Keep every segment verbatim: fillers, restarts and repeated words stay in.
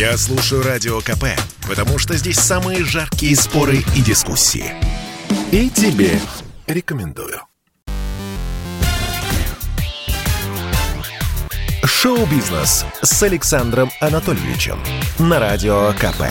Я слушаю Радио КП, потому что здесь самые жаркие споры и дискуссии. И тебе рекомендую. Шоу-бизнес с Александром Анатольевичем на Радио КП.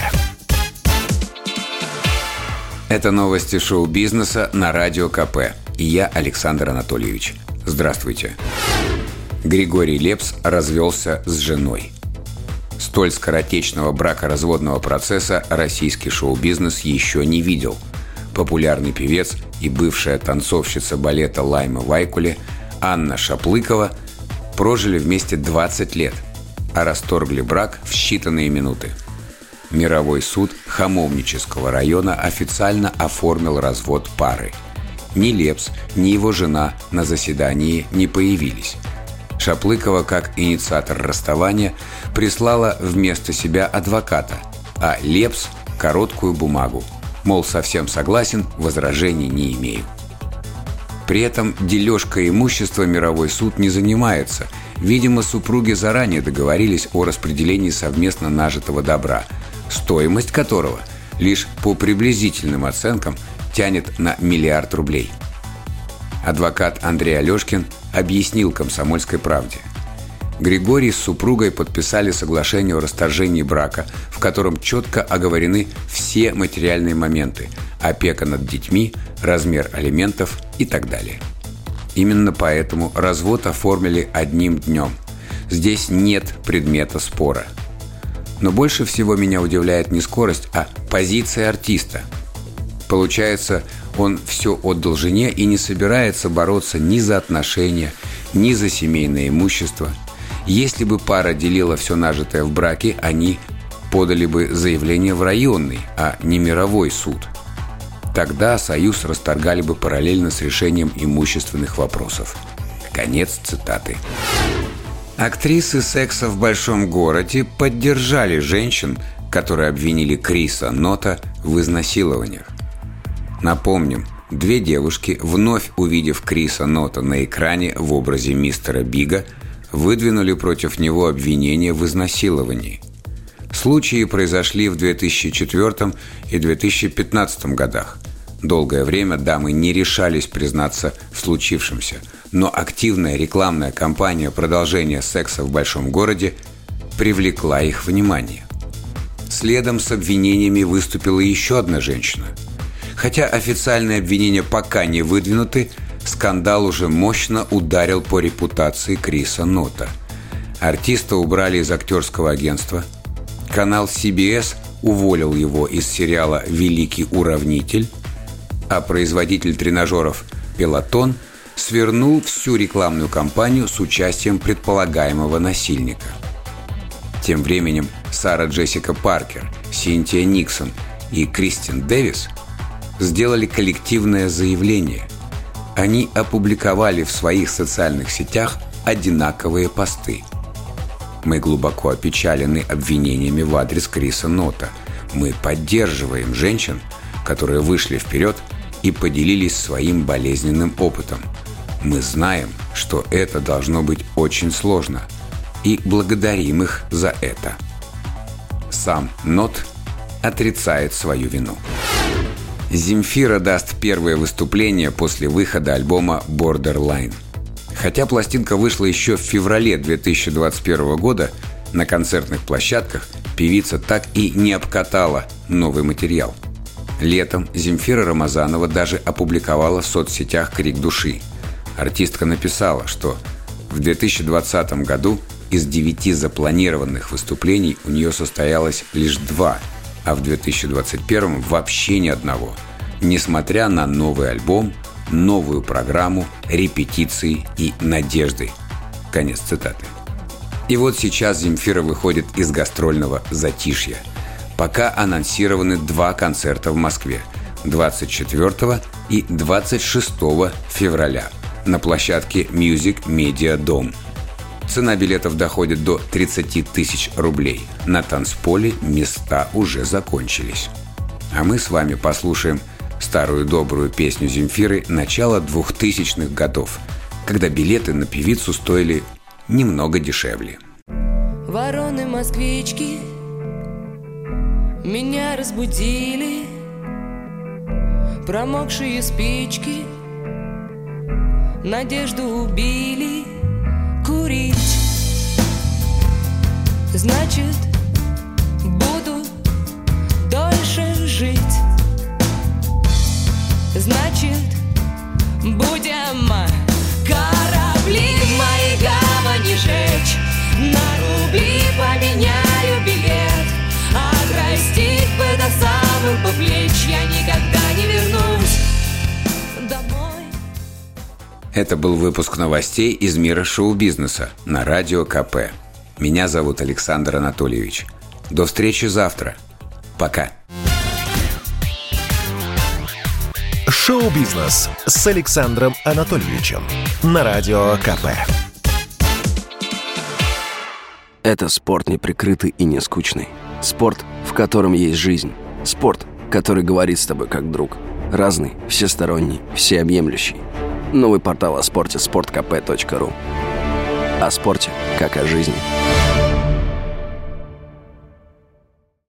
Это новости шоу-бизнеса на Радио КП. И я, Александр Анатольевич. Здравствуйте. Григорий Лепс развелся с женой. Столь скоротечного бракоразводного процесса российский шоу-бизнес еще не видел. Популярный певец и бывшая танцовщица балета Лайма Вайкуле Анна Шаплыкова прожили вместе двадцать лет, а расторгли брак в считанные минуты. Мировой суд Хамовнического района официально оформил развод пары. Ни Лепс, ни его жена на заседании не появились. Шаплыкова, как инициатор расставания, прислала вместо себя адвоката, а Лепс – короткую бумагу. Мол, совсем согласен, возражений не имею. При этом дележкой имущества мировой суд не занимается. Видимо, супруги заранее договорились о распределении совместно нажитого добра, стоимость которого лишь по приблизительным оценкам тянет на миллиард рублей. Адвокат Андрей Алешкин объяснил «Комсомольской правде». Григорий с супругой подписали соглашение о расторжении брака, в котором четко оговорены все материальные моменты – опека над детьми, размер алиментов и так далее. Именно поэтому развод оформили одним днем. Здесь нет предмета спора. Но больше всего меня удивляет не скорость, а позиция артиста. Получается, он все отдал жене и не собирается бороться ни за отношения, ни за семейное имущество. Если бы пара делила все нажитое в браке, они подали бы заявление в районный, а не мировой суд. Тогда союз расторгали бы параллельно с решением имущественных вопросов. Конец цитаты. Актрисы секса в большом городе поддержали женщин, которые обвинили Криса Нота в изнасилованиях. Напомним, две девушки, вновь увидев Криса Нота на экране в образе мистера Бига, выдвинули против него обвинения в изнасиловании. Случаи произошли в две тысячи четвёртом и две тысячи пятнадцатом годах. Долгое время дамы не решались признаться в случившемся, но активная рекламная кампания продолжения секса в большом городе привлекла их внимание. Следом с обвинениями выступила еще одна женщина. Хотя официальные обвинения пока не выдвинуты, скандал уже мощно ударил по репутации Криса Нота. Артиста убрали из актерского агентства. Канал си би эс уволил его из сериала «Великий уравнитель», а производитель тренажеров «Пелотон» свернул всю рекламную кампанию с участием предполагаемого насильника. Тем временем Сара Джессика Паркер, Синтия Никсон и Кристин Дэвис сделали коллективное заявление. Они опубликовали в своих социальных сетях одинаковые посты. Мы глубоко опечалены обвинениями в адрес Криса Нота. Мы поддерживаем женщин, которые вышли вперед и поделились своим болезненным опытом. Мы знаем, что это должно быть очень сложно, и благодарим их за это. Сам Нот отрицает свою вину. Земфира даст первое выступление после выхода альбома «Borderline». Хотя пластинка вышла еще в феврале две тысячи двадцать первого года, на концертных площадках певица так и не обкатала новый материал. Летом Земфира Рамазанова даже опубликовала в соцсетях крик души. Артистка написала, что в две тысячи двадцатом году из девяти запланированных выступлений у нее состоялось лишь два, а в две тысячи двадцать первом вообще ни одного, несмотря на новый альбом, новую программу, репетиции и надежды. Конец цитаты. И вот сейчас Земфира выходит из гастрольного затишья. Пока анонсированы два концерта в Москве двадцать четвёртого и двадцать шестого февраля на площадке Music Media Dome. Цена билетов доходит до тридцать тысяч рублей. На танцполе места уже закончились. А мы с вами послушаем старую добрую песню Земфиры начала двухтысячных годов, когда билеты на певицу стоили немного дешевле. Вороны-москвички Меня разбудили промокшие спички, надежду убили курить. Значит, буду дольше жить. Значит, будем корабли в моей гавани жечь, на рубли поменяю билет, отрастить бы до самых по плеч, я никогда не вернусь домой. Это был выпуск новостей из мира шоу-бизнеса на Радио КП. Меня зовут Александр Анатольевич. До встречи завтра. Пока. Шоу-бизнес с Александром Анатольевичем на Радио КП. Это спорт неприкрытый и не скучный. Спорт, в котором есть жизнь. Спорт, который говорит с тобой как друг. Разный, всесторонний, всеобъемлющий. Новый портал о спорте – спорт кэ пэ точка ру. О спорте, как о жизни.